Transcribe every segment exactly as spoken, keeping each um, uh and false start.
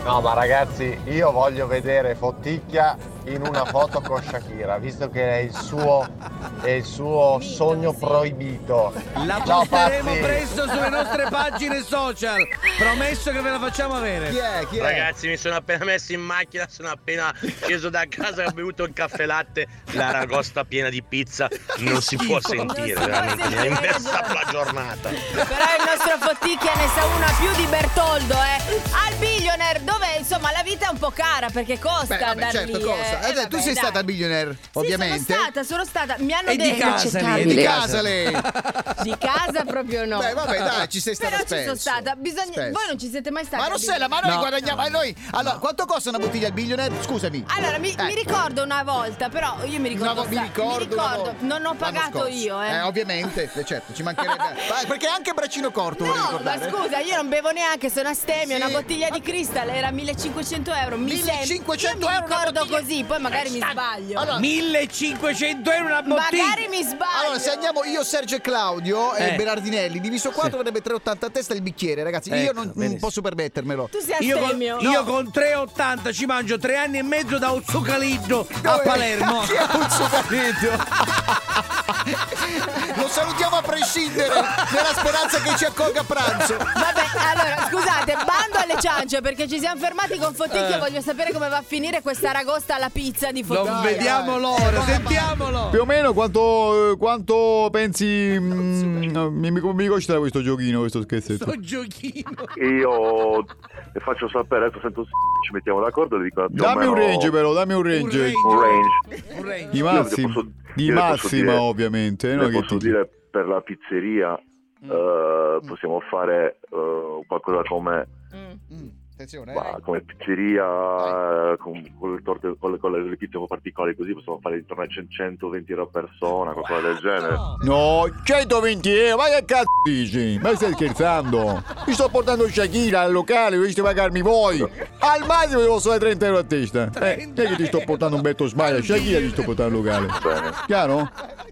No, ma ragazzi, io voglio vedere Fotticchia in una foto con Shakira, visto che è il suo, è il suo sogno proibito. La Ciao, posteremo pazzi. presto sulle nostre pagine social. Promesso che ve la facciamo avere. Chi è? Chi è? Ragazzi, mi sono appena messo in macchina, sono appena sceso da casa e ho bevuto il caffè latte. La ragosta piena di pizza non si può sentire, veramente. Mi ha inversato la giornata. Però il nostro Fotticchia ne sa una più di Bertoldo, eh. Al Billionaire, dove insomma la vita è un po' cara perché costa Beh, vabbè, andare certo, lì. cosa? Eh, Eh, vabbè, tu sei dai. stata al Billionaire, ovviamente. Sì, sono stata, sono stata. Mi hanno E di detto casa lì, E e di casa lei. di casa proprio no. Beh, vabbè, dai, ci sei stata Però spesso. ci sono stata. Bisogna... Spesso. Voi non ci siete mai stati. Ma al Rossella, ma noi No. guadagniamo, ma noi. Allora, quanto costa una bottiglia al Billionaire? Scusami. Allora, mi, Eh. mi ricordo una volta, però io mi ricordo. Una vo- mi sa- ricordo, una volta. non ho L'anno pagato scorso. io, eh. Eh, ovviamente, eh, certo, ci mancherebbe. Ma perché anche braccino corto, vorrei No, ma ricordare. scusa, io non bevo neanche, sono astemio. Sì. Una bottiglia di Crystal era millecinquecento euro. Mi sem- millecinquecento io mi euro una ricordo bottiglia? così, poi magari mi sbaglio. Allora, millecinquecento euro una bottiglia. magari mi sbaglio. Allora, se andiamo io, Sergio e Claudio e Eh. Berardinelli, diviso quattro verrebbe tre e ottanta a testa il bicchiere, ragazzi. io Ecco, non, non benissimo. posso permettermelo. Tu sei Io con, astemio. io con tre e ottanta ci mangio tre anni e mezzo da Uzzucaliddo a Palermo. Chi è Lo salutiamo a prescindere, nella speranza che ci accolga a pranzo. Vabbè, allora, scusate, bando alle ciance perché ci siamo fermati con Fotticchia e voglio sapere come va a finire questa ragosta alla pizza di Non Fotticchia. vediamo l'ora, sentiamolo. Più o meno quanto, quanto pensi mm, mi, mi, mi costa questo giochino, questo scherzetto? Sto giochino. Io le faccio sapere, adesso sento ci mettiamo d'accordo e le dico più o Dammi un meno range però, dammi un Un range. range. un range. Un range. Di Io le massima, posso- di io le posso massima dire- ovviamente. eh, Le no, che posso ti- dire per la pizzeria eh, possiamo fare eh, qualcosa come Mm, attenzione, eh. ma come pizzeria eh, con, con le torte con le, con le pizze un po' particolari, così possiamo fare intorno a centoventi euro a persona, qualcosa del genere. No, centoventi euro, ma che cazzo dici? Ma stai scherzando? Mi sto portando Shakira al locale, dovreste pagarmi voi. Al massimo devo solo trenta euro a testa. Eh, non è che ti sto portando un betto sbaglio, Shakira ti sto portando al locale. Bene. Chiaro?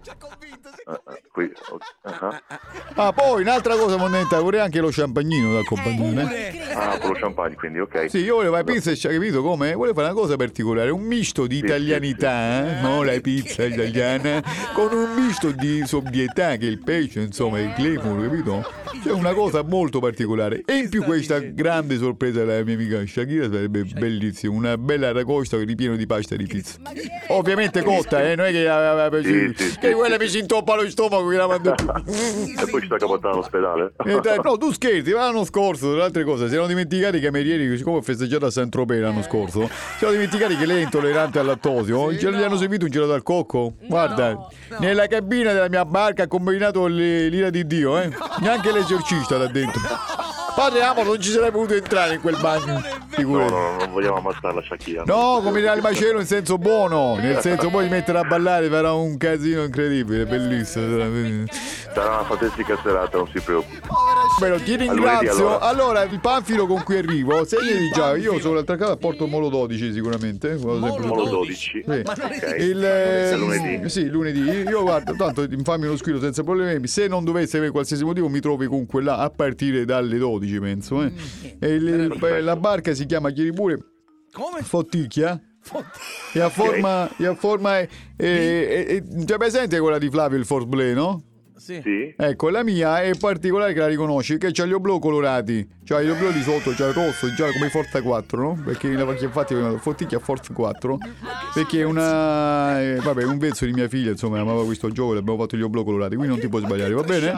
Eh, eh, qui, ah, Ah, poi un'altra cosa fondamentale, vorrei anche lo champagnino da accompagnare. Pure. ah, con lo champagne, quindi ok. Sì, io volevo la pizza, hai capito come? Volevo fare una cosa particolare, un misto di Sì, italianità, eh? No, la pizza italiana, con un misto di sobrietà che è il pesce, insomma, il glamour, capito? C'è una cosa molto particolare. E in più questa grande sorpresa della mia amica Shakira sarebbe bellissima, una bella aragosta ripieno di pasta di pizza. Ovviamente cotta, eh? Non è che, eh, Sì, sì, che sì, quella sì. mi si intoppa lo stomaco che la mando più. E poi ci sta capottando all'ospedale. Eh, dai, no, tu scherzi, ma l'anno scorso, tra le altre cose, si erano dimenticati i camerieri, siccome ho festeggiato a Saint-Tropez l'anno scorso, si erano dimenticati che lei è intollerante al lattosio. Ce gli hanno servito un gelato al cocco. Guarda, nella cabina della mia barca ha combinato le- l'ira di Dio, eh. Neanche l'esorcista là dentro. Padre Amor non ci sarei potuto entrare in quel bagno. No, Figurati. no, no, non vogliamo ammazzarla Shakira. No, come il macello in senso buono, nel senso poi mettere a ballare farà un casino incredibile, bellissimo. Sarà una fantastica serata, non si preoccupi. Beh, ti lunedì, ringrazio. allora. Allora, il panfilo con cui arrivo, se ieri già, io sono l'altra casa, porto il Molo dodici sicuramente. vado sempre Molo su- dodici. Sì. Ma non Ok. Il, eh, lunedì. Sì, lunedì. Io guarda, tanto fammi uno squillo senza problemi. Se non dovesse avere qualsiasi motivo, mi trovi comunque là a partire dalle dodici, penso. Eh. E il- il- la barca si chiama Chiripure Come? Fotticchia. E a forma, e a forma è, è, è, è, c'è presente quella di Flavio il Force Play, no? Sì. Sì? Ecco, la mia è particolare che la riconosci, che c'ha gli oblò colorati. C'ha gli oblò di sotto, c'ha il rosso, il giallo come Forza quattro, no? Perché perché infatti Fotticchia Forza quattro. Perché è una. eh, vabbè, un vezzo di mia figlia, insomma, amava questo gioco e abbiamo fatto gli oblò colorati, quindi non ti puoi sbagliare, va bene?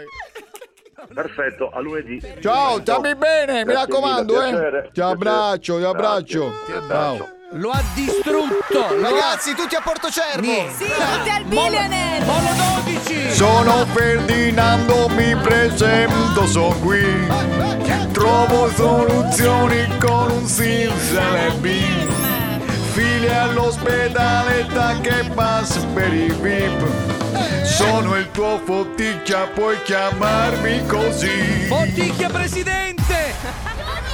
Perfetto, a lunedì. Ciao, stammi bene, mi Grazie raccomando, mille, eh. piacere, Ti abbraccio, ti piacere. abbraccio. Grazie. Ciao. Lo ha distrutto. Lo ha... Ragazzi, tutti a Portocervo. Sì, tutti al Billionaire. Molo dodici. Sono Ferdinando, mi presento, sono qui. Trovo soluzioni con un simsalabim. File all'ospedale, che pass per i V I P. Sono il tuo Fotticchia, puoi chiamarmi così. Fotticchia presidente.